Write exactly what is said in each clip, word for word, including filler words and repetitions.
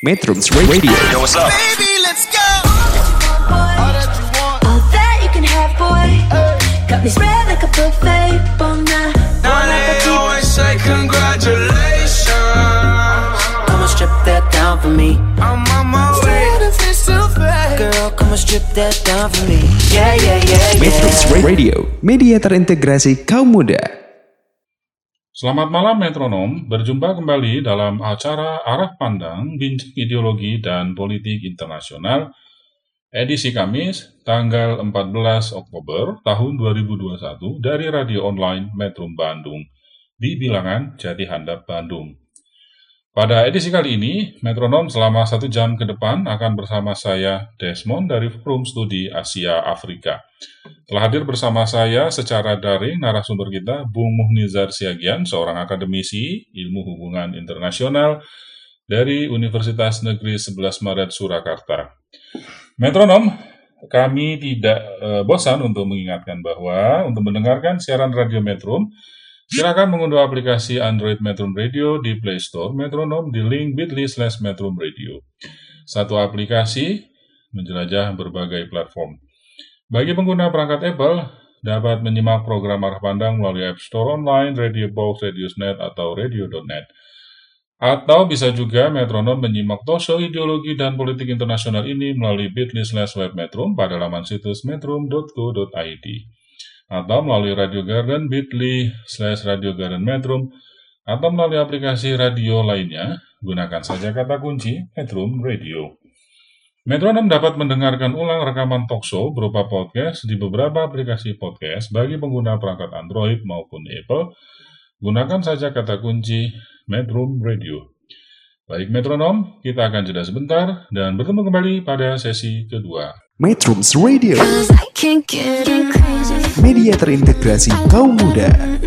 Metrums Radio. Yo, what's up? Baby, let's go. All that you want, all that you can have, boy. Got me spread like a buffet, bon night. Now they always say congratulations. Come on, strip that down for me. I'm on my way. Girl, come on, strip that down for me. Yeah, yeah, yeah, yeah. Metrums Radio, media terintegrasi kaum muda. Selamat malam metronom, berjumpa kembali dalam acara Arah Pandang Bincang Ideologi dan Politik Internasional edisi Kamis tanggal empat belas Oktober tahun dua ribu dua puluh satu dari radio online Metrum Bandung di Bilangan Jati Handap Bandung. Pada edisi kali ini, metronom selama satu jam ke depan akan bersama saya Desmond dari Forum Studi Asia Afrika. Telah hadir bersama saya secara daring narasumber kita, Bung Muhnizar Siagian, seorang akademisi ilmu hubungan internasional dari Universitas Negeri sebelas Maret Surakarta. Metronom, kami tidak uh, bosan untuk mengingatkan bahwa untuk mendengarkan siaran radio Metrum, silakan mengunduh aplikasi Android Metrum Radio di Play Store Metronom di link bit.ly slash Metrum Radio. Satu aplikasi menjelajah berbagai platform. Bagi pengguna perangkat Apple, dapat menyimak program Arah Pandang melalui App Store Online, Radio Box, Radiosnet, atau radio dot net. Atau bisa juga metronom menyimak talkshow ideologi dan politik internasional ini melalui bit.ly slash web Metrum pada laman situs metrum dot co dot id. Atau melalui Radio Garden bit.ly slash Radio Garden Metrum, atau melalui aplikasi radio lainnya, gunakan saja kata kunci Metrum Radio. Metronom dapat mendengarkan ulang rekaman talkshow berupa podcast di beberapa aplikasi podcast bagi pengguna perangkat Android maupun Apple. Gunakan saja kata kunci Metrum Radio. Baik metronom, kita akan jeda sebentar dan bertemu kembali pada sesi kedua. Metrums Radio, media terintegrasi kaum muda.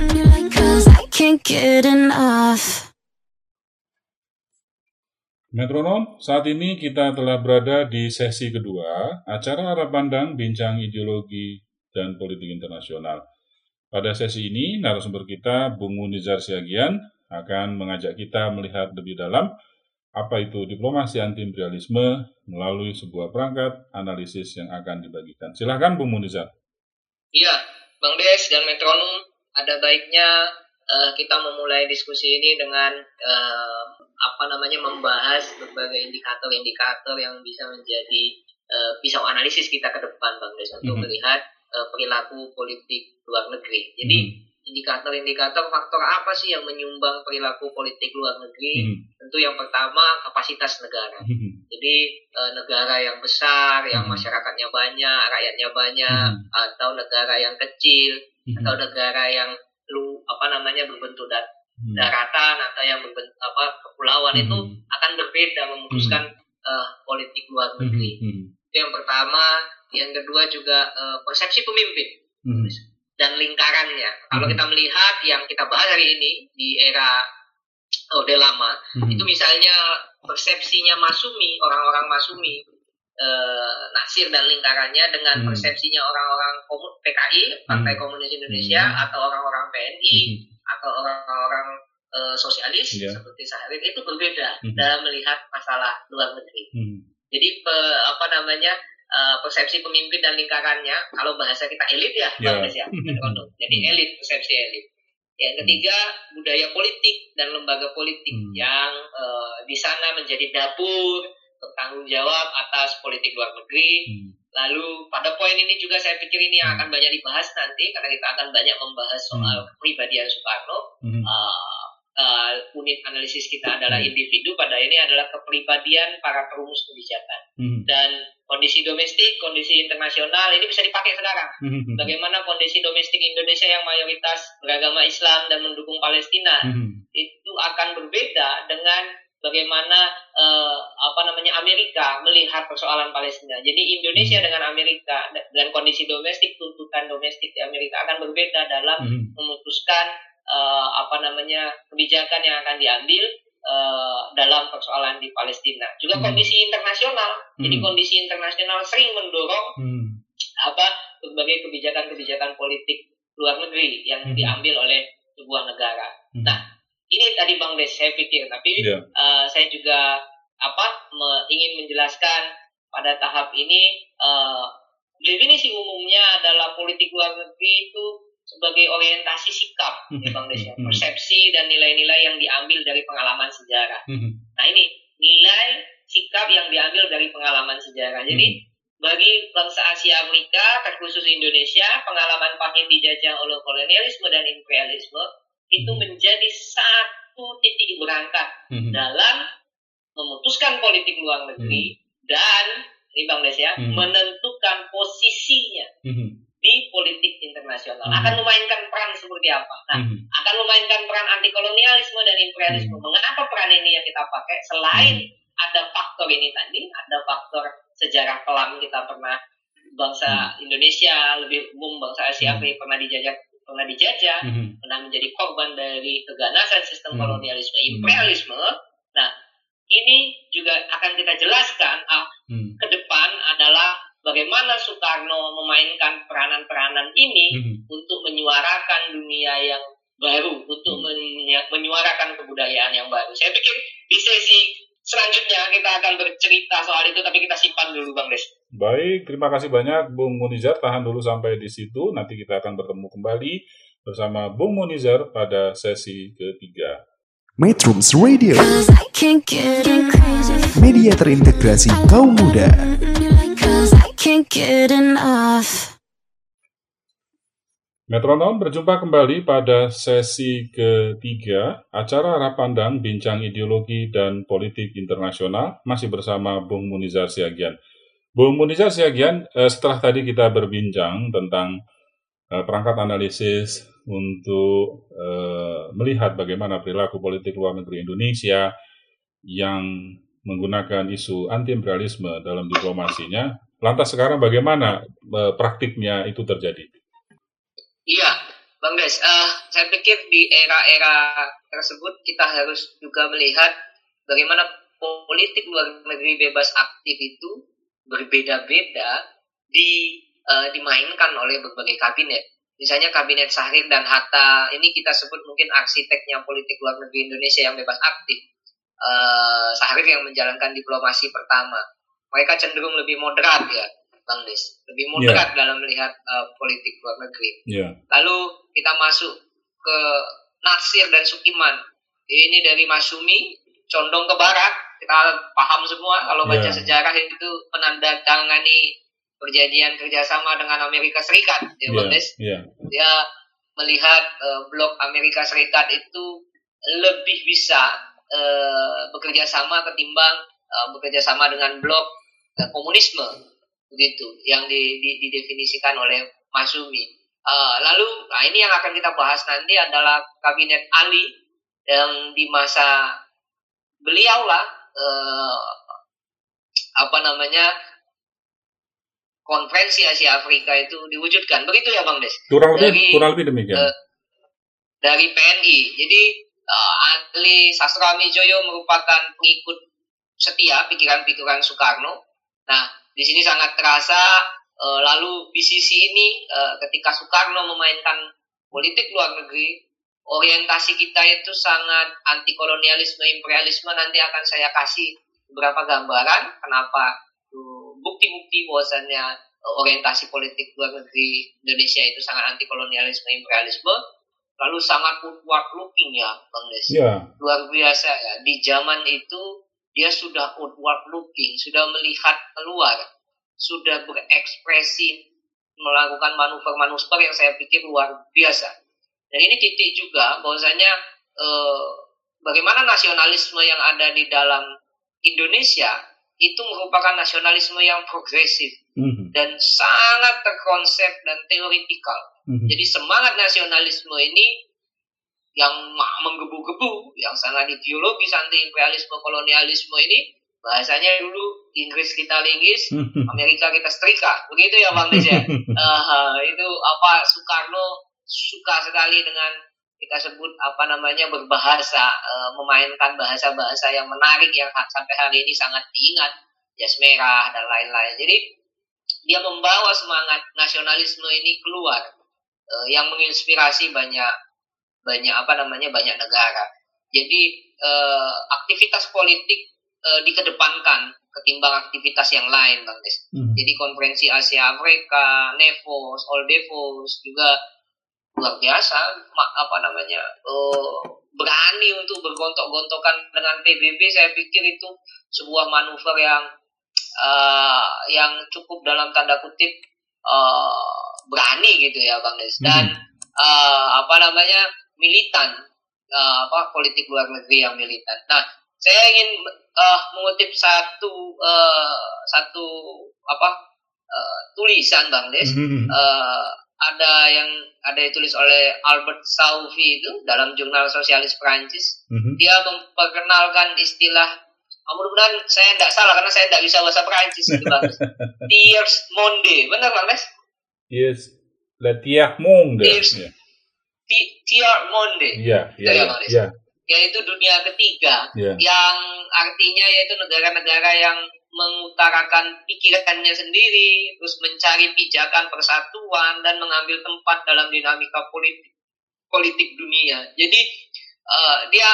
Metronom, saat ini kita telah berada di sesi kedua acara Arah Pandang Bincang Ideologi dan Politik Internasional. Pada sesi ini, narasumber kita, Bung Muhnizar Siagian, akan mengajak kita melihat lebih dalam apa itu diplomasi anti-imperialisme melalui sebuah perangkat analisis yang akan dibagikan. Silakan Bung Muhnizar. Iya, Bang Des dan Metronom, ada baiknya uh, kita memulai diskusi ini dengan uh, apa namanya membahas berbagai indikator-indikator yang bisa menjadi uh, pisau analisis kita ke depan, Bang Des, untuk mm-hmm. melihat uh, perilaku politik luar negeri. Jadi mm-hmm. indikator-indikator faktor apa sih yang menyumbang perilaku politik luar negeri? Mm-hmm. Tentu yang pertama kapasitas negara. Mm-hmm. Jadi uh, negara yang besar, yang mm-hmm. masyarakatnya banyak, rakyatnya banyak, mm-hmm. atau negara yang kecil, mm-hmm. atau negara yang lu apa namanya berbentuk dat Hmm. daratan atau yang berbentuk apa kepulauan hmm. itu akan berbeda memutuskan hmm. uh, politik luar negeri. Hmm. Hmm. Itu yang pertama. Yang kedua juga uh, persepsi pemimpin hmm. dan lingkarannya. Hmm. Kalau kita melihat yang kita bahas hari ini di era Orde Lama, hmm. itu misalnya persepsinya Masumi, orang-orang Masumi, uh, Natsir dan lingkarannya dengan hmm. persepsinya orang-orang komun, P K I, Partai hmm. Komunis Indonesia, hmm. atau orang-orang P N I, hmm. atau orang-orang uh, sosialis yeah. seperti Saharit, itu berbeda mm-hmm. dalam melihat masalah luar negeri. Mm-hmm. Jadi pe, apa namanya uh, persepsi pemimpin dan lingkarannya, kalau bahasa kita elit ya, yeah. Bang Des ya, mm-hmm. jadi elit, persepsi elit. Yang ketiga mm-hmm. budaya politik dan lembaga politik mm-hmm. yang uh, di sana menjadi dapur bertanggung jawab atas politik luar negeri. Mm-hmm. Lalu pada poin ini juga saya pikir ini yang akan banyak dibahas nanti karena kita akan banyak membahas soal hmm. kepribadian Soekarno. Hmm. Uh, uh, unit analisis kita adalah individu, pada ini adalah kepribadian para perumus kebijakan. Hmm. Dan kondisi domestik, kondisi internasional ini bisa dipakai sekarang. Hmm. Bagaimana kondisi domestik Indonesia yang mayoritas beragama Islam dan mendukung Palestina hmm. itu akan berbeda dengan bagaimana uh, apa namanya Amerika melihat persoalan Palestina. Jadi Indonesia dengan Amerika dengan kondisi domestik, tuntutan domestik di Amerika akan berbeda dalam mm-hmm. memutuskan uh, apa namanya kebijakan yang akan diambil uh, dalam persoalan di Palestina. Juga mm-hmm. kondisi internasional. Mm-hmm. Jadi kondisi internasional sering mendorong mm-hmm. apa berbagai kebijakan-kebijakan politik luar negeri yang mm-hmm. diambil oleh sebuah negara. Mm-hmm. Nah, ini tadi Bang Des saya pikir, tapi yeah. uh, saya juga apa me- ingin menjelaskan pada tahap ini uh, definisi umumnya adalah politik luar negeri itu sebagai orientasi sikap, ya Bang Des, ya, persepsi dan nilai-nilai yang diambil dari pengalaman sejarah. Nah ini nilai sikap yang diambil dari pengalaman sejarah. Jadi bagi bangsa Asia Afrika, terkhusus Indonesia, pengalaman pahit dijajah oleh kolonialisme dan imperialisme itu menjadi satu titik berangkat dalam memutuskan politik luar negeri dan ini Bang Des ya, menentukan posisinya di politik internasional. Hmm. Akan memainkan peran seperti apa? Nah, Hmm. akan memainkan peran anti kolonialisme dan imperialisme. Hmm. Mengapa peran ini yang kita pakai? Selain Hmm. ada faktor ini tadi, ada faktor sejarah kelam kita pernah bangsa Hmm. Indonesia, lebih umum bangsa Asia Hmm. Afrika pernah dijajah, pernah dijajah, Hmm. pernah menjadi korban dari keganasan sistem Hmm. kolonialisme, Hmm. imperialisme. Nah, ini juga akan kita jelaskan ah, Hmm. ke depan adalah bagaimana Soekarno memainkan peranan-peranan ini Hmm. untuk menyuarakan dunia yang baru, untuk menye- menyuarakan kebudayaan yang baru. Saya pikir di sesi selanjutnya kita akan bercerita soal itu, tapi kita simpan dulu Bang Des. Baik, terima kasih banyak Bung Munizar. Tahan dulu sampai di situ. Nanti kita akan bertemu kembali bersama Bung Munizar pada sesi ketiga. Metrums Radio, Cause I can't get enough. media terintegrasi kaum muda. Cause I can't get enough. Metronom berjumpa kembali pada sesi ketiga acara Arah Pandang Bincang Ideologi dan Politik Internasional, masih bersama Bung Munizar Siagian. Bung Munizar Siagian, eh, setelah tadi kita berbincang tentang eh, perangkat analisis untuk eh, melihat bagaimana perilaku politik luar negeri Indonesia yang menggunakan isu anti-imperialisme dalam diplomasinya, lantas sekarang bagaimana eh, praktiknya itu terjadi? Iya, Bang Des. Uh, saya pikir di era-era tersebut kita harus juga melihat bagaimana politik luar negeri bebas aktif itu berbeda-beda di uh, dimainkan oleh berbagai kabinet. Misalnya kabinet Syahrir dan Hatta, ini kita sebut mungkin arsiteknya politik luar negeri Indonesia yang bebas aktif. Uh, Syahrir yang menjalankan diplomasi pertama. Mereka cenderung lebih moderat ya, Bang Des. Lebih moderat yeah. dalam melihat uh, politik luar negeri. Yeah. Lalu kita masuk ke Natsir dan Sukiman. Ini dari Masyumi, condong ke barat. Kita paham semua kalau baca yeah. sejarah itu menandatangani perjanjian kerjasama dengan Amerika Serikat, ya Bang Des. Yeah. Dia melihat uh, blok Amerika Serikat itu lebih bisa uh, bekerja sama ketimbang uh, bekerja sama dengan blok uh, komunisme, begitu yang di, di, didefinisikan oleh Masyumi. Uh, lalu, nah ini yang akan kita bahas nanti adalah kabinet Ali yang di masa beliau lah uh, apa namanya konferensi Asia Afrika itu diwujudkan, begitu ya Bang Des? Kurang lebih, dari, kurang lebih demikian. Uh, dari P N I. Jadi uh, Ali Sastramidjojo merupakan pengikut setia pikiran-pikiran Soekarno. Nah, di sini sangat terasa. Uh, lalu P C C ini uh, ketika Soekarno memainkan politik luar negeri, orientasi kita itu sangat anti kolonialisme, imperialisme. Nanti akan saya kasih beberapa gambaran kenapa bukti-bukti bahwasannya orientasi politik luar negeri Indonesia itu sangat anti kolonialisme, imperialisme. Lalu sangat outward looking ya Bang Des. Yeah. Luar biasa ya. Di zaman itu dia sudah outward looking, sudah melihat keluar, sudah berekspresi, melakukan manuver-manuver yang saya pikir luar biasa. Dan ini titik juga bahwasanya eh, bagaimana nasionalisme yang ada di dalam Indonesia itu merupakan nasionalisme yang progresif mm-hmm. dan sangat terkonsep dan teoritikal. Mm-hmm. Jadi semangat nasionalisme ini yang menggebu-gebu, yang sangat ideologis anti imperialisme kolonialisme ini, bahasanya dulu Inggris kita linggis, Amerika kita setrika, begitu ya Bang Des ya. uh, itu apa Soekarno suka sekali dengan kita sebut apa namanya berbahasa, uh, memainkan bahasa-bahasa yang menarik yang sampai hari ini sangat diingat, jas merah dan lain-lain. Jadi dia membawa semangat nasionalisme ini keluar, uh, yang menginspirasi banyak banyak apa namanya banyak negara. Jadi uh, aktivitas politik uh, dikedepankan ketimbang aktivitas yang lain, Bang Des. Hmm. Jadi konferensi Asia Afrika, Nevos, All Devos juga luar biasa, apa namanya, uh, berani untuk bergontok-gontokan dengan P B B. Saya pikir itu sebuah manuver yang uh, yang cukup dalam tanda kutip uh, berani gitu ya, Bang Des. Dan hmm. uh, apa namanya, militan, uh, apa politik luar negeri yang militan. Nah, saya ingin uh, mengutip satu uh, satu apa uh, tulisan, Bang Des. Hmm. Uh, ada yang ada ditulis oleh Albert Sauvi itu dalam jurnal Sosialis Prancis. Mm-hmm. Dia memperkenalkan istilah, mudah-mudahan saya tidak salah karena saya tidak bisa bahasa Prancis gitu, Bang. Tiers monde, benar, Bang Des? Yes, la tiers monde. Tiers, yeah. Tiers monde. Iya, iya, iya. Yaitu dunia ketiga, yeah. Yang artinya yaitu negara-negara yang mengutarakan pikirannya sendiri, terus mencari pijakan persatuan dan mengambil tempat dalam dinamika politik politik dunia. Jadi uh, dia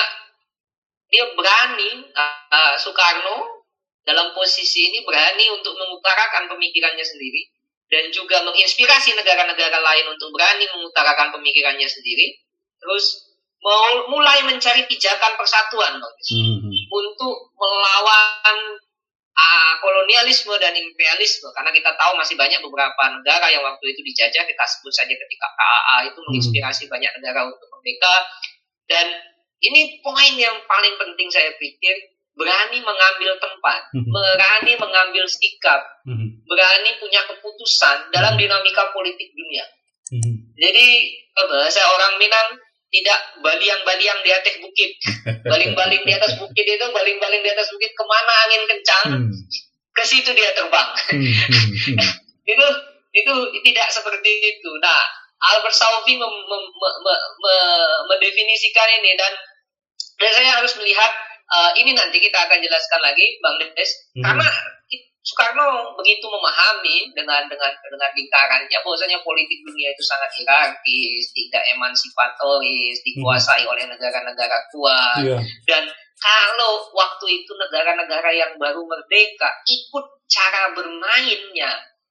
dia berani, uh, Soekarno dalam posisi ini berani untuk mengutarakan pemikirannya sendiri dan juga menginspirasi negara-negara lain untuk berani mengutarakan pemikirannya sendiri. Terus mau mulai mencari pijakan persatuan, Bang, mm-hmm. untuk melawan Uh, kolonialisme dan imperialisme, karena kita tahu masih banyak beberapa negara yang waktu itu dijajah, kita sebut saja ketika K A A itu menginspirasi hmm. banyak negara untuk merdeka. Dan ini poin yang paling penting saya pikir, berani mengambil tempat, hmm. berani mengambil sikap, hmm. berani punya keputusan dalam dinamika politik dunia. Hmm. Jadi bahasa orang Minang, tidak baliang-baliang di atas bukit, baling-baling di atas bukit itu, baling-baling di atas bukit, kemana angin kencang, hmm. ke situ dia terbang. Hmm. Hmm. Hmm. itu itu tidak seperti itu. Nah, Albert Sauvi mem, mem, mem, mem, mem, mendefinisikan ini, dan dan saya harus melihat uh, ini nanti kita akan jelaskan lagi, Bang Des, hmm. karena Soekarno begitu memahami dengan dengan dengan lingkarannya bahwasanya politik dunia itu sangat hierarkis, tidak emansipatoris, dikuasai hmm. oleh negara-negara kuat. Yeah. Dan kalau waktu itu negara-negara yang baru merdeka ikut cara bermainnya,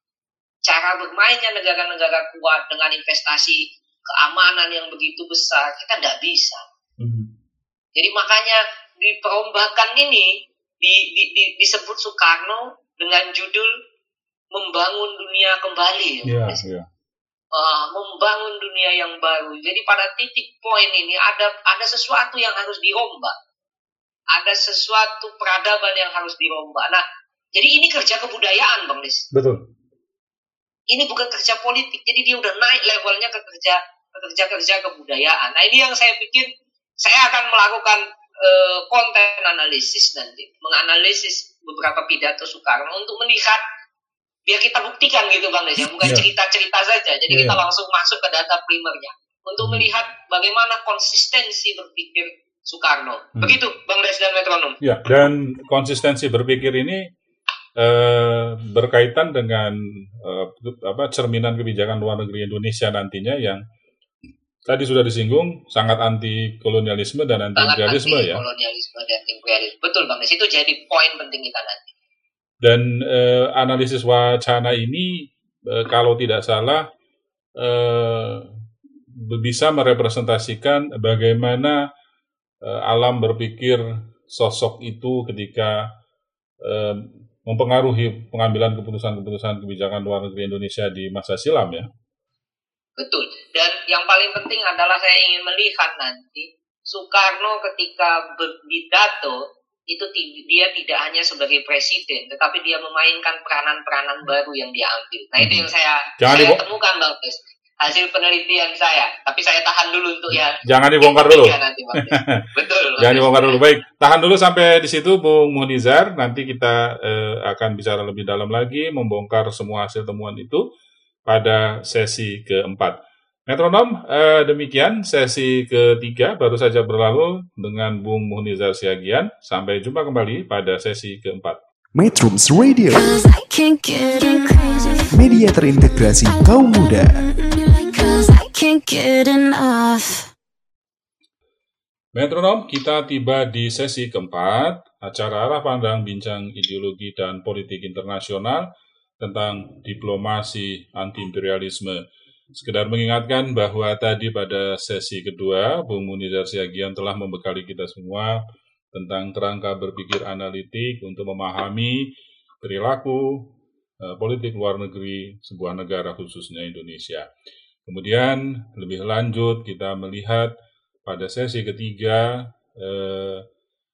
cara bermainnya negara-negara kuat dengan investasi keamanan yang begitu besar, kita tidak bisa. Hmm. Jadi makanya di perombakan ini di, di, di, disebut Soekarno dengan judul membangun dunia kembali, yeah, yeah. Uh, membangun dunia yang baru. Jadi pada titik poin ini ada ada sesuatu yang harus dirombak, ada sesuatu peradaban yang harus dirombak. Nah, jadi ini kerja kebudayaan, Bang Des. Betul. Ini bukan kerja politik, jadi dia udah naik levelnya ke kerja ke kerja kerja kebudayaan. Nah, ini yang saya pikir saya akan melakukan uh, konten analisis nanti, menganalisis beberapa pidato Soekarno untuk melihat, biar kita buktikan gitu, Bang Des, ya, bukan yeah. cerita-cerita saja. Jadi yeah. kita langsung masuk ke data primernya untuk hmm. melihat bagaimana konsistensi berpikir Soekarno. Hmm. Begitu, Bang Des dan Metronom. Ya, dan konsistensi berpikir ini eh, berkaitan dengan eh, apa cerminan kebijakan luar negeri Indonesia nantinya yang tadi sudah disinggung, sangat anti kolonialisme dan anti imperialisme ya. Kolonialisme dan imperialisme. Betul, Bang Des. Itu jadi poin penting kita nanti. Dan eh, analisis wacana ini eh, kalau tidak salah eh, bisa merepresentasikan bagaimana eh, alam berpikir sosok itu ketika eh, mempengaruhi pengambilan keputusan-keputusan kebijakan luar negeri Indonesia di masa silam ya. Betul. Dan yang paling penting adalah saya ingin melihat nanti Soekarno ketika berpidato itu dia tidak hanya sebagai presiden, tetapi dia memainkan peranan-peranan baru yang dia ambil. Nah, itu yang saya, saya temukan, Bang Des. Hasil penelitian saya. Tapi saya tahan dulu untuk ya. Jangan dibongkar dulu. Nanti, Bang Des. Betul. Jangan dibongkar dulu. Baik, tahan dulu sampai di situ, Bung Munizar. Nanti kita eh, akan bicara lebih dalam lagi, membongkar semua hasil temuan itu pada sesi keempat. Metronom, eh, demikian sesi ketiga baru saja berlalu dengan Bung Munizar Siagian. Sampai jumpa kembali pada sesi keempat. Metrums Radio, media terintegrasi kaum muda. Metronom, kita tiba di sesi keempat, acara arah pandang bincang ideologi dan politik internasional tentang diplomasi anti-imperialisme. Sekedar mengingatkan bahwa tadi pada sesi kedua, Bung Munizar Siagian telah membekali kita semua tentang kerangka berpikir analitik untuk memahami perilaku eh, politik luar negeri sebuah negara, khususnya Indonesia. Kemudian lebih lanjut kita melihat pada sesi ketiga eh,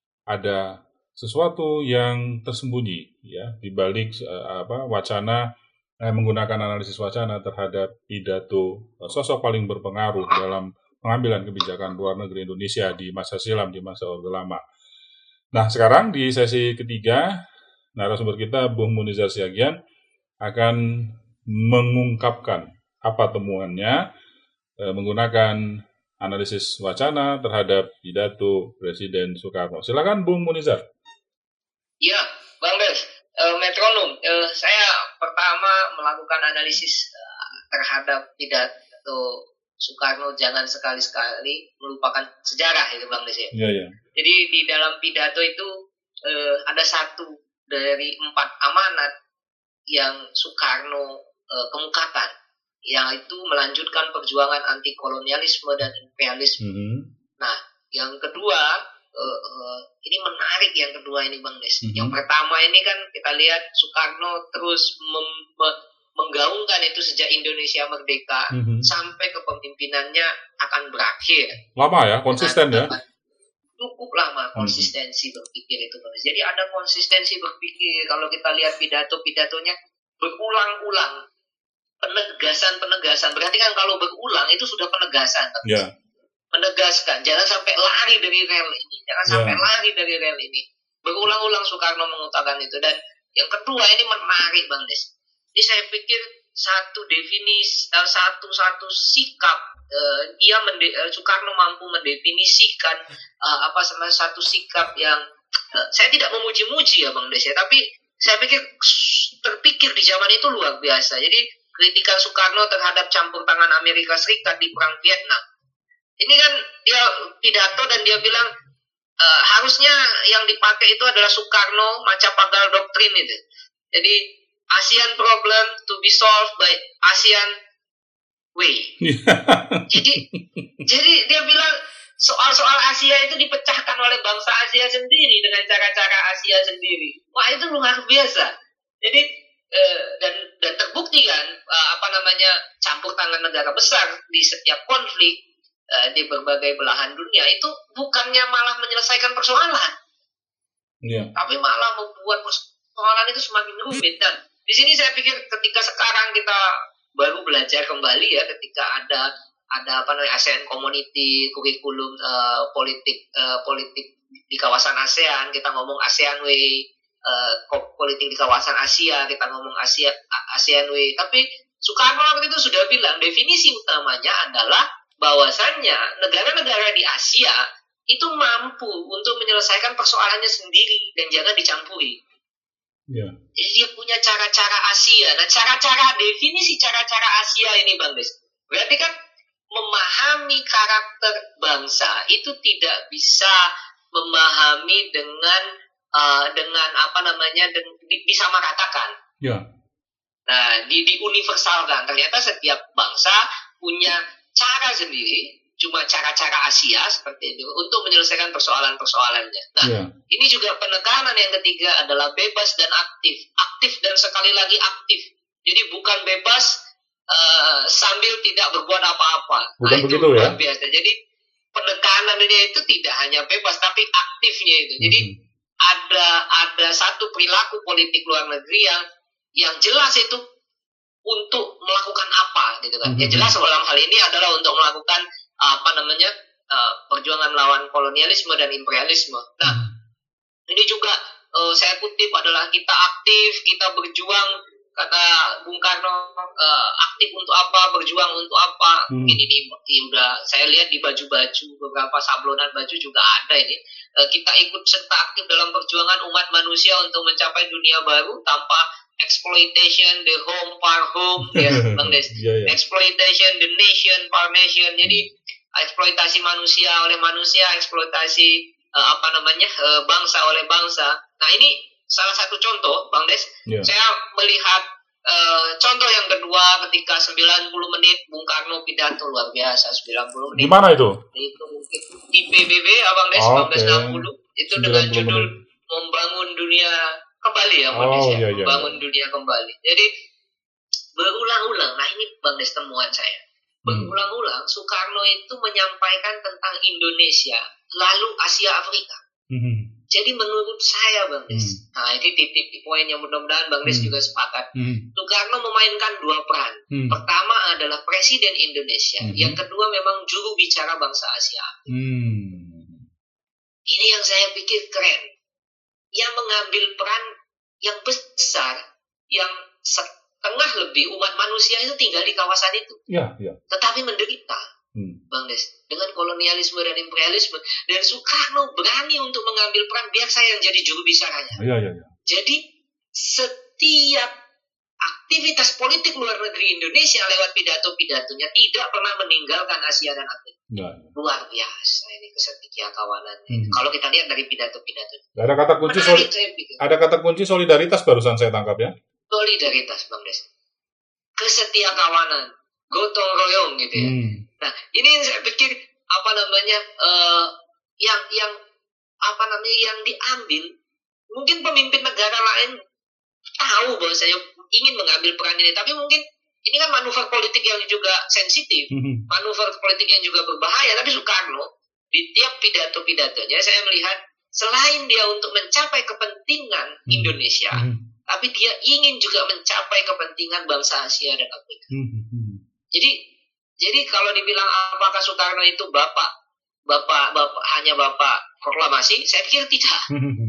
ada sesuatu yang tersembunyi ya di balik eh, apa wacana eh, menggunakan analisis wacana terhadap pidato eh, sosok paling berpengaruh dalam pengambilan kebijakan luar negeri Indonesia di masa silam, di masa Orde Lama. Nah, sekarang di sesi ketiga narasumber kita Bung Munizar Siagian akan mengungkapkan apa temuannya eh, menggunakan analisis wacana terhadap pidato Presiden Soekarno. Silakan Bung Munizar. Ya, Bang Des, uh, metronom. Uh, saya pertama melakukan analisis uh, terhadap pidato Soekarno, jangan sekali-sekali melupakan sejarah itu Bang Des ya. Iya, iya. Jadi di dalam pidato itu uh, ada satu dari empat amanat yang Soekarno uh, kemukakan, yaitu melanjutkan perjuangan anti kolonialisme dan imperialisme. Mm-hmm. Nah, yang kedua, uh, uh, ini menarik yang kedua ini Bang Des. Mm-hmm. Yang pertama ini kan kita lihat Soekarno terus mem- me- menggaungkan itu sejak Indonesia merdeka mm-hmm. sampai kepemimpinannya akan berakhir. Lama ya, konsisten ya? Cukup lama konsistensi mm-hmm. berpikir itu Bang Des. Jadi ada konsistensi berpikir. Kalau kita lihat pidato-pidatonya berulang-ulang. Penegasan-penegasan, berarti kan kalau berulang itu sudah penegasan. Yeah. Menegaskan, jangan sampai lari dari rel ini, jangan yeah. sampai lari dari rel ini. Berulang-ulang Soekarno mengutarakan itu. Dan yang kedua ini menarik Bang Des. Ini saya pikir satu definisi, satu satu sikap uh, dia mende, uh, Soekarno mampu mendefinisikan uh, apa sama satu sikap yang uh, saya tidak memuji-muji ya Bang Des ya, tapi saya pikir terpikir di zaman itu luar biasa. Jadi kritikan Soekarno terhadap campur tangan Amerika Serikat di Perang Vietnam. Ini kan dia pidato dan dia bilang e, harusnya yang dipakai itu adalah Soekarno Macapagal Doctrine itu. Jadi ASEAN problem to be solved by ASEAN way. jadi jadi dia bilang soal-soal Asia itu dipecahkan oleh bangsa Asia sendiri dengan cara-cara Asia sendiri. Wah, itu luar biasa. Jadi Uh, dan dan terbukti kan uh, apa namanya campur tangan negara besar di setiap konflik uh, di berbagai belahan dunia itu bukannya malah menyelesaikan persoalan, yeah. tapi malah membuat persoalan itu semakin rumit. Dan di sini saya pikir ketika sekarang kita baru belajar kembali ya, ketika ada ada apa namanya ASEAN Community kurikulum uh, politik uh, politik di kawasan ASEAN, kita ngomong ASEAN Way. Uh, politik di kawasan Asia, kita ngomong Asia ASEAN Way. Tapi Soekarno waktu itu sudah bilang definisi utamanya adalah bahwasannya negara-negara di Asia itu mampu untuk menyelesaikan persoalannya sendiri dan jangan dicampuri. Yeah. Jadi dia punya cara-cara Asia. Nah, cara-cara definisi cara-cara Asia ini Bang Des, berarti kan memahami karakter bangsa itu tidak bisa memahami dengan Uh, dengan apa namanya dan di, disamaratakan. Ya. Nah, di, di universalkan. Ternyata setiap bangsa punya cara sendiri, cuma cara-cara Asia seperti itu untuk menyelesaikan persoalan-persoalannya. Nah, ya. Ini juga penekanan yang ketiga adalah bebas dan aktif, aktif dan sekali lagi aktif. Jadi bukan bebas uh, sambil tidak berbuat apa-apa. Bukan nah, itu begitu luar ya. Biasa. Jadi penekanannya itu tidak hanya bebas tapi aktifnya itu. Jadi mm-hmm. ada ada satu perilaku politik luar negeri yang yang jelas itu untuk melakukan apa gitu kan. Mm-hmm. Ya jelas dalam hal ini adalah untuk melakukan apa namanya uh, perjuangan melawan kolonialisme dan imperialisme. Nah, mm-hmm. ini juga uh, saya kutip adalah kita aktif, kita berjuang, kata Bung Karno, uh, aktif untuk apa, berjuang untuk apa. Hmm. Ini nih ya udah saya lihat di baju-baju, beberapa sablonan baju juga ada ini. Uh, kita ikut serta aktif dalam perjuangan umat manusia untuk mencapai dunia baru tanpa exploitation the home par home ya Bang Des. yeah, yeah. Exploitation the nation par nation. Jadi eksploitasi manusia oleh manusia, eksploitasi uh, apa namanya uh, bangsa oleh bangsa. Nah ini salah satu contoh, Bang Des. Yeah. Saya melihat uh, contoh yang kedua ketika sembilan puluh menit Bung Karno pidato luar biasa sembilan puluh menit. Gimana itu? Itu mungkin di P B B ya Bang Des, oh, seribu sembilan ratus enam puluh okay. Itu dengan judul menit. Membangun dunia kembali ya Bang Des, oh, ya. Iya, membangun iya. dunia kembali. Jadi berulang-ulang. Nah ini Bang Des temuan saya. Berulang-ulang Soekarno itu menyampaikan tentang Indonesia, lalu Asia Afrika. Hmm. Jadi menurut saya Bang Des, hmm. nah ini titik poin yang mudah-mudahan Bang Des hmm. juga sepakat. Hmm. Soekarno memainkan dua peran. Hmm. Pertama adalah Presiden Indonesia, hmm. yang kedua memang juru bicara bangsa Asia. Hmm. Ini yang saya pikir keren. Yang mengambil peran yang besar, yang setengah lebih umat manusia itu tinggal di kawasan itu. Ya, ya. Tetapi menderita, hmm. Bang Des, dengan kolonialisme dan imperialisme. Dan Soekarno berani untuk mengambil peran, biar saya yang jadi juru bicaranya. Ya, ya, ya. Jadi setiap aktivitas politik luar negeri Indonesia lewat pidato-pidatonya tidak pernah meninggalkan Asia dan Afrika. Ya, ya. Luar biasa ini kesetia kawanan. Hmm. Kalau kita lihat dari pidato-pidato. Ada kata kunci soli- ada kata kunci solidaritas barusan saya tangkap ya. Solidaritas Bang Des, kesetia kawanan, gotong royong gitu ya. Hmm. Nah ini yang saya pikir apa namanya uh, yang yang apa namanya yang diambil. Mungkin pemimpin negara lain tahu bahwa saya ingin mengambil peran ini, tapi mungkin ini kan manuver politik yang juga sensitif, hmm. manuver politik yang juga berbahaya. Tapi Soekarno di tiap pidato-pidatonya saya melihat selain dia untuk mencapai kepentingan hmm. Indonesia. Hmm. Tapi dia ingin juga mencapai kepentingan bangsa Asia dan Afrika. Hmm. Jadi, jadi kalau dibilang apakah Soekarno itu bapak, bapak, bapak hanya bapak proklamasi, saya pikir tidak.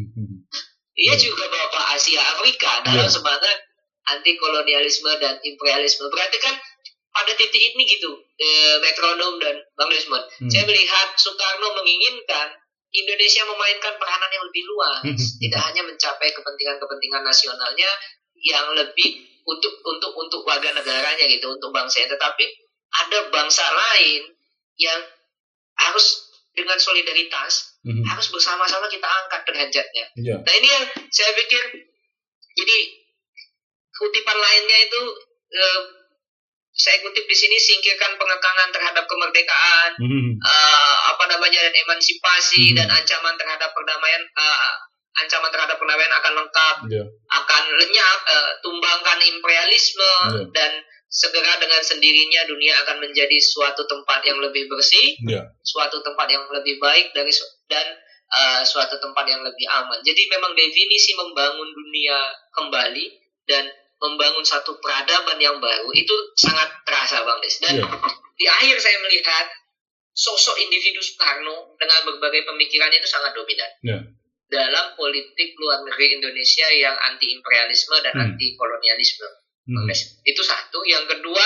Dia juga bapak Asia Afrika dalam yeah. semangat anti kolonialisme dan imperialisme. Berarti kan pada titik ini gitu, eh, metronom dan Bang Desmond, hmm. saya melihat Soekarno menginginkan Indonesia memainkan peranan yang lebih luas, tidak hanya mencapai kepentingan-kepentingan nasionalnya yang lebih untuk untuk untuk warga negaranya gitu, untuk bangsanya, tetapi ada bangsa lain yang harus dengan solidaritas mm-hmm. harus bersama-sama kita angkat derajatnya. Yeah. Nah ini yang saya pikir, jadi kutipan lainnya itu eh, saya kutip di sini, singkirkan pengekangan terhadap kemerdekaan, mm-hmm. uh, apa namanya dan emansipasi mm-hmm. dan ancaman terhadap perdamaian, uh, ancaman terhadap perdamaian akan lengkap, yeah. akan lenyap, uh, tumbangkan imperialisme yeah. dan segera dengan sendirinya dunia akan menjadi suatu tempat yang lebih bersih, yeah. suatu tempat yang lebih baik dari dan uh, suatu tempat yang lebih aman. Jadi memang definisi membangun dunia kembali dan membangun satu peradaban yang baru itu sangat terasa Bang Des. Dan yeah. di akhir saya melihat sosok individu Soekarno dengan berbagai pemikirannya itu sangat dominan yeah. dalam politik luar negeri Indonesia yang anti imperialisme dan hmm. anti kolonialisme. Hmm. Bang Des. Itu satu. Yang kedua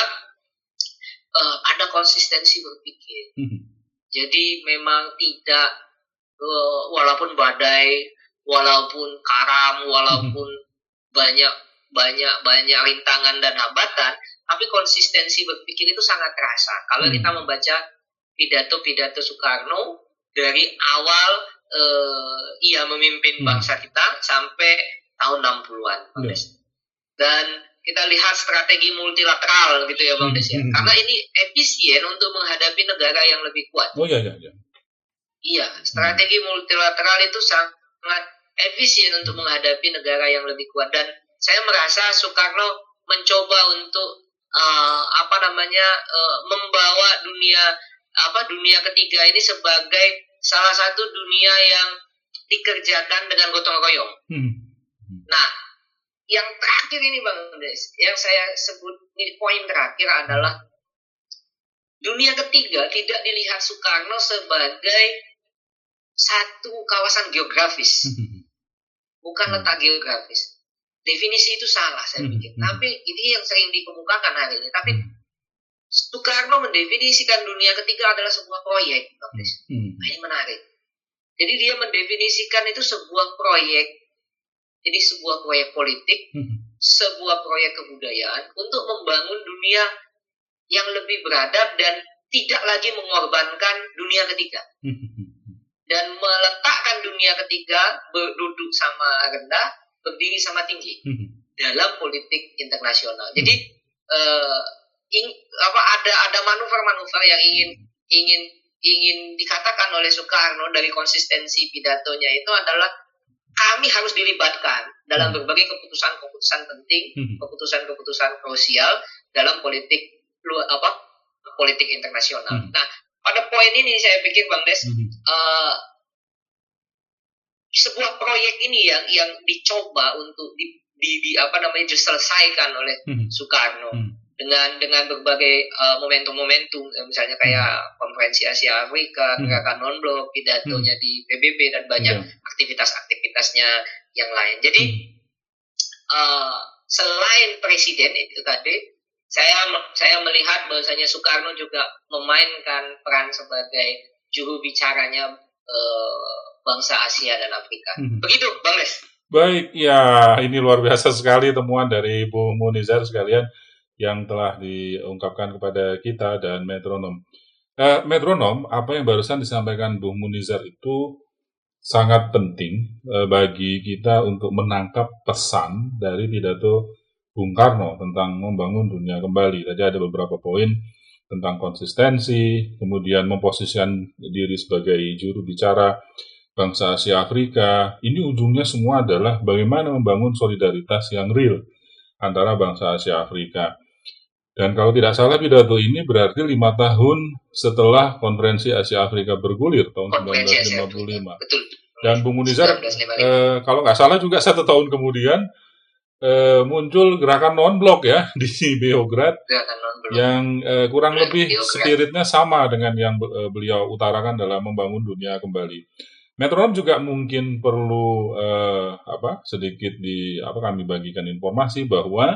uh, ada konsistensi berpikir. Hmm. Jadi memang tidak uh, walaupun badai, walaupun karam, walaupun hmm. banyak banyak banyak rintangan dan hambatan, tapi konsistensi berpikir itu sangat terasa. Kalau hmm. kita membaca pidato-pidato Soekarno dari awal uh, ia memimpin hmm. bangsa kita sampai tahun enam puluhan, Bang Des. Hmm. Dan kita lihat strategi multilateral gitu ya Bang Des ya. Hmm. Karena ini efisien untuk menghadapi negara yang lebih kuat. Oh iya iya iya. Iya, strategi hmm. multilateral itu sangat efisien untuk menghadapi negara yang lebih kuat, dan saya merasa Soekarno mencoba untuk uh, apa namanya uh, membawa dunia apa dunia ketiga ini sebagai salah satu dunia yang dikerjakan dengan gotong royong. Hmm. Nah, yang terakhir ini Bang Des, yang saya sebut ini poin terakhir adalah dunia ketiga tidak dilihat Soekarno sebagai satu kawasan geografis, bukan hmm. letak geografis. Definisi itu salah saya pikir. Hmm. Tapi ini yang sering dikemukakan hari ini. Tapi Soekarno mendefinisikan dunia ketiga adalah sebuah proyek, Bang Des. Hmm. Nah, ini menarik. Jadi dia mendefinisikan itu sebuah proyek. Jadi sebuah proyek politik, hmm. sebuah proyek kebudayaan untuk membangun dunia yang lebih beradab dan tidak lagi mengorbankan dunia ketiga dan meletakkan dunia ketiga berduduk sama rendah, berdiri sama tinggi dalam politik internasional. Jadi uh, ing, apa ada ada manuver-manuver yang ingin ingin ingin dikatakan oleh Soekarno dari konsistensi pidatonya itu adalah kami harus dilibatkan dalam berbagai keputusan-keputusan penting, keputusan-keputusan krusial dalam politik luar apa politik internasional. Nah, pada poin ini saya pikir Bang Des, uh, sebuah proyek ini yang yang dicoba untuk di, di, di apa namanya diselesaikan oleh Soekarno dengan dengan berbagai uh, momentum-momentum, misalnya kayak konferensi Asia Afrika, gerakan non-blok, pidatonya di P B B dan banyak aktivitas-aktivitasnya yang lain. Jadi uh, selain presiden itu tadi, saya saya melihat bahwasanya Soekarno juga memainkan peran sebagai juru bicaranya uh, bangsa Asia dan Afrika. Begitu, Bang Les. Baik, ya ini luar biasa sekali temuan dari Bung Munizar sekalian yang telah diungkapkan kepada kita dan metronom. Eh, metronom, apa yang barusan disampaikan Bung Munizar itu sangat penting eh, bagi kita untuk menangkap pesan dari pidato Bung Karno tentang membangun dunia kembali. Tadi ada beberapa poin tentang konsistensi, kemudian memposisikan diri sebagai juru bicara bangsa Asia Afrika. Ini ujungnya semua adalah bagaimana membangun solidaritas yang real antara bangsa Asia Afrika. Dan kalau tidak salah pidato ini berarti lima tahun setelah konferensi Asia Afrika bergulir tahun seribu sembilan ratus lima puluh lima. Betul. Dan Bung Munizar, eh, kalau nggak salah juga satu tahun kemudian eh, muncul gerakan non-blok ya di Beograd yang eh, kurang Beograd. lebih spiritnya sama dengan yang eh, beliau utarakan dalam membangun dunia kembali. Metronom juga mungkin perlu eh, apa sedikit di apa kami bagikan informasi bahwa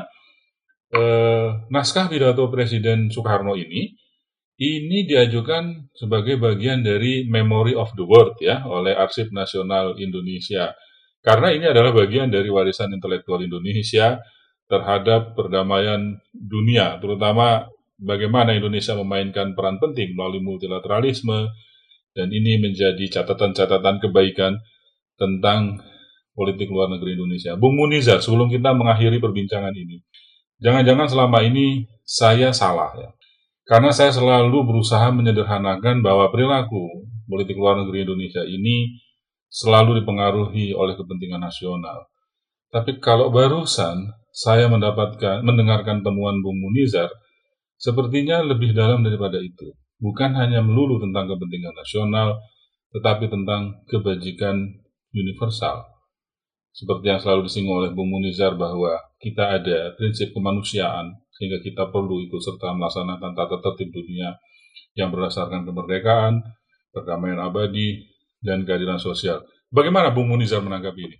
Eh, naskah pidato Presiden Soekarno ini ini diajukan sebagai bagian dari Memory of the World ya oleh Arsip Nasional Indonesia, karena ini adalah bagian dari warisan intelektual Indonesia terhadap perdamaian dunia, terutama bagaimana Indonesia memainkan peran penting melalui multilateralisme, dan ini menjadi catatan-catatan kebaikan tentang politik luar negeri Indonesia. Bung Munizar, sebelum kita mengakhiri perbincangan ini, jangan-jangan selama ini saya salah ya. Karena saya selalu berusaha menyederhanakan bahwa perilaku politik luar negeri Indonesia ini selalu dipengaruhi oleh kepentingan nasional. Tapi kalau barusan saya mendapatkan mendengarkan temuan Bung Munizar, sepertinya lebih dalam daripada itu. Bukan hanya melulu tentang kepentingan nasional, tetapi tentang kebajikan universal. Seperti yang selalu disinggung oleh Bung Munizar bahwa kita ada prinsip kemanusiaan sehingga kita perlu ikut serta melaksanakan tata tertib dunia yang berdasarkan kemerdekaan, perdamaian abadi, dan keadilan sosial. Bagaimana Bung Munizar menanggapi ini?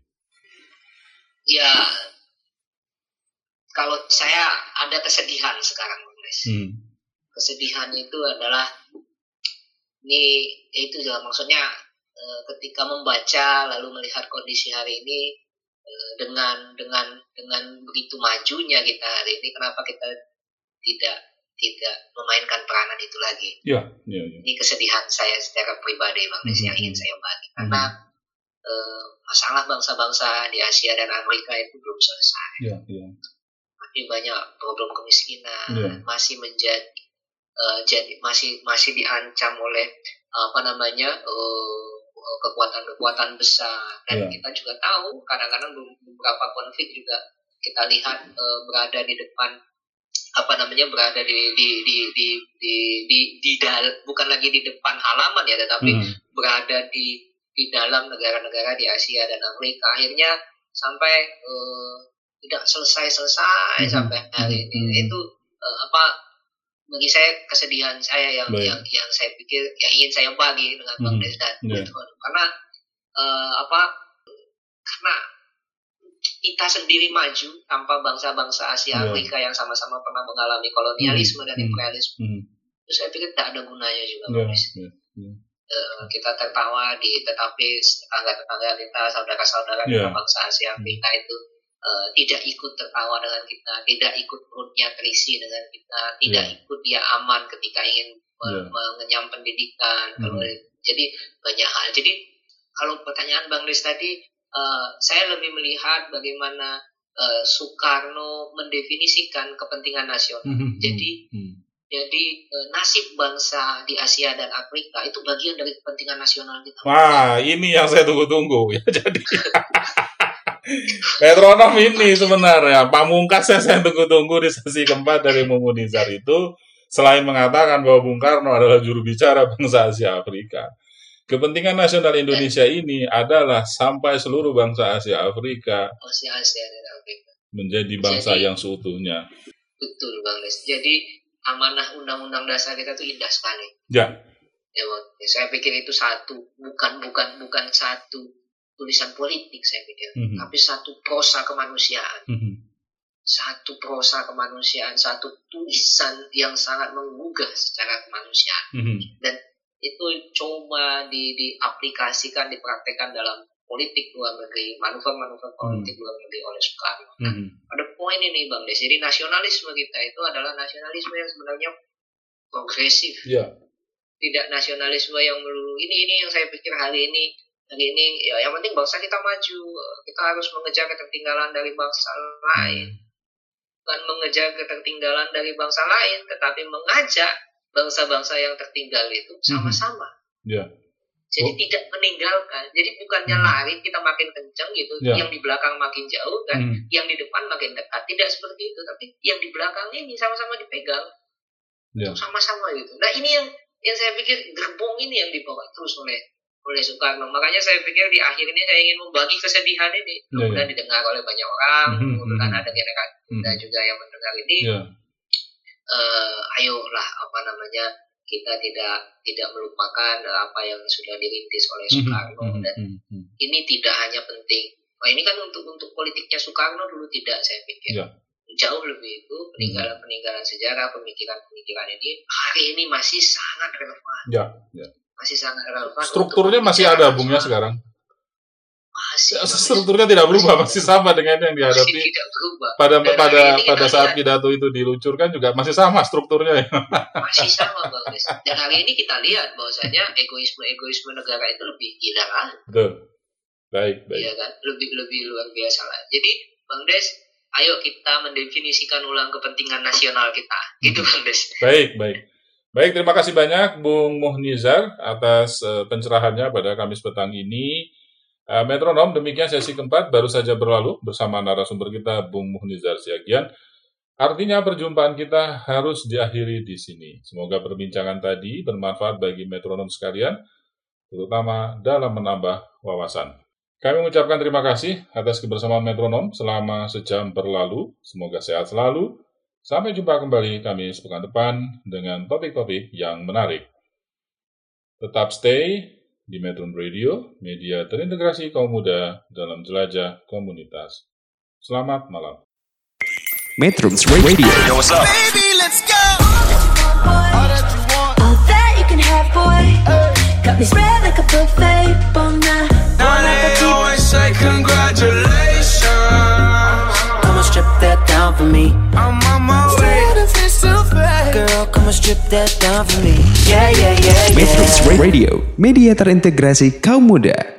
Ya, kalau saya ada kesedihan sekarang, Bung Les. Hmm. Kesedihan itu adalah ini itu juga maksudnya ketika membaca lalu melihat kondisi hari ini. dengan dengan dengan begitu majunya kita hari ini, kenapa kita tidak tidak memainkan peranan itu lagi? Ya, ya, ya. Ini kesedihan saya secara pribadi, Bang Des, mm-hmm. yang ingin saya bagi karena mm-hmm. eh, masalah bangsa-bangsa di Asia dan Amerika itu belum selesai. Ya, ya. Masih banyak problem kemiskinan, ya. masih menjadi uh, jadi masih masih diancam oleh uh, apa namanya uh, kekuatan-kekuatan besar, dan yeah. kita juga tahu kadang-kadang beberapa konflik juga kita lihat e, berada di depan apa namanya berada di di di di di, di, di dal, bukan lagi di depan halaman ya, tetapi mm. berada di di dalam negara-negara di Asia dan Amerika, akhirnya sampai e, tidak selesai-selesai mm. sampai hari ini. Mm. Itu e, apa bagi saya kesedihan saya yang Baik. yang yang saya pikir yang ingin saya bagi dengan Bang Des dan yeah. karena uh, apa karena kita sendiri maju tanpa bangsa-bangsa Asia yeah. Afrika yang sama-sama pernah mengalami kolonialisme mm. dan imperialisme mm. itu saya pikir tidak ada gunanya juga Bang Des. Yeah. Yeah. Uh, kita tertawa di tetapi tetangga-tetangga kita, saudara-saudara yeah. kita bangsa Asia Afrika mm. itu Uh, tidak ikut tertawa dengan kita, tidak ikut perutnya terisi dengan kita, tidak hmm. ikut dia aman ketika ingin yeah. mengenyam pendidikan. Mm-hmm. Kalau jadi banyak hal. Jadi kalau pertanyaan Bang Des tadi, uh, saya lebih melihat bagaimana uh, Soekarno mendefinisikan kepentingan nasional. Mm-hmm. Jadi mm-hmm. jadi uh, nasib bangsa di Asia dan Afrika itu bagian dari kepentingan nasional kita. Wah, ini yang saya tunggu-tunggu ya. Jadi metronom ini sebenarnya pamungkasnya saya tunggu-tunggu di sesi keempat dari Mumunizar itu, selain mengatakan bahwa Bung Karno adalah juru bicara bangsa Asia Afrika, kepentingan nasional Indonesia ini adalah sampai seluruh bangsa Asia Afrika Asia, Asia dan Afrika menjadi bangsa jadi, yang seutuhnya. Betul Bang Des. Jadi amanah undang-undang dasar kita itu indah sekali. Ya. Ya, ya saya pikir itu satu, bukan bukan bukan satu tulisan politik saya pikir, mm-hmm. tapi satu prosa kemanusiaan. Mm-hmm. Satu prosa kemanusiaan, satu tulisan yang sangat menggugah secara kemanusiaan. Mm-hmm. Dan itu coba di, diaplikasikan, dipraktekkan dalam politik luar negeri, manuver-manuver politik mm-hmm. luar negeri oleh Soekarno. Nah, mm-hmm. ada poin ini Bang Des. Jadi nasionalisme kita itu adalah nasionalisme yang sebenarnya progresif. Yeah. Tidak nasionalisme yang melulu ini ini yang saya pikir hari ini hari ini ya yang penting bangsa kita maju. Kita harus mengejar ketertinggalan dari bangsa lain. Bukan mengejar ketertinggalan dari bangsa lain, tetapi mengajak bangsa-bangsa yang tertinggal itu sama-sama. Yeah. Jadi oh. tidak meninggalkan. Jadi bukannya lari kita makin kencang gitu, yeah. yang di belakang makin jauh kan, mm. yang di depan makin dekat. Tidak seperti itu, tapi yang di belakang ini sama-sama dipegang, yeah. sama-sama gitu. Nah ini yang yang saya pikir gerbong ini yang dibawa terus oleh oleh Soekarno. Makanya saya pikir di akhir ini saya ingin membagi kesedihan ini, yeah, mudah yeah. didengar oleh banyak orang, mm-hmm. mudah ada generasi muda mm-hmm. juga yang mendengar ini. Yeah. Uh, ayolah apa namanya kita tidak tidak melupakan apa yang sudah dirintis oleh Soekarno mm-hmm. dan mm-hmm. ini tidak hanya penting. Nah, ini kan untuk untuk politiknya Soekarno dulu tidak saya pikir. Yeah. Jauh lebih itu peninggalan-peninggalan sejarah, pemikiran-pemikiran ini hari ini masih sangat relevan. Ya, ya. Masih sangat relevan. Strukturnya masih ada bungnya sekarang. Masih. Strukturnya tidak berubah, masih sama dengan yang dihadapi. Masih tidak berubah. Pada Dan pada pada saat lihat, pidato itu diluncurkan juga masih sama strukturnya. Masih sama Bang Des. Dan hari ini kita lihat bahwasanya egoisme-egoisme negara itu lebih gila kan. Betul. Baik, baik. Iya kan, lebih lebih luar biasa lah. Jadi Bang Des, ayo kita mendefinisikan ulang kepentingan nasional kita. Gitu Bang Des. Baik, baik. Baik, terima kasih banyak Bung Muhnizar atas uh, pencerahannya pada Kamis petang ini. Uh, Metronom, demikian sesi keempat baru saja berlalu bersama narasumber kita Bung Muhnizar Siagian. Artinya perjumpaan kita harus diakhiri di sini. Semoga perbincangan tadi bermanfaat bagi metronom sekalian, terutama dalam menambah wawasan. Kami mengucapkan terima kasih atas kebersamaan metronom selama sejam berlalu. Semoga sehat selalu. Sampai jumpa kembali Kamis pekan depan dengan topik-topik yang menarik. Tetap stay di Metron Radio, media terintegrasi kaum muda dalam jelajah komunitas. Selamat malam. Metron Radio. Yo, what's up? Baby, let's go. All that you want, all that you can have, boy. Got me spread like a buffet, bon night. Now they always say congratulations. Come and strip that down for me. I'm on my way. Girl, come and strip that down for me. Yeah, yeah, yeah, yeah. Metron Radio, media terintegrasi kaum muda.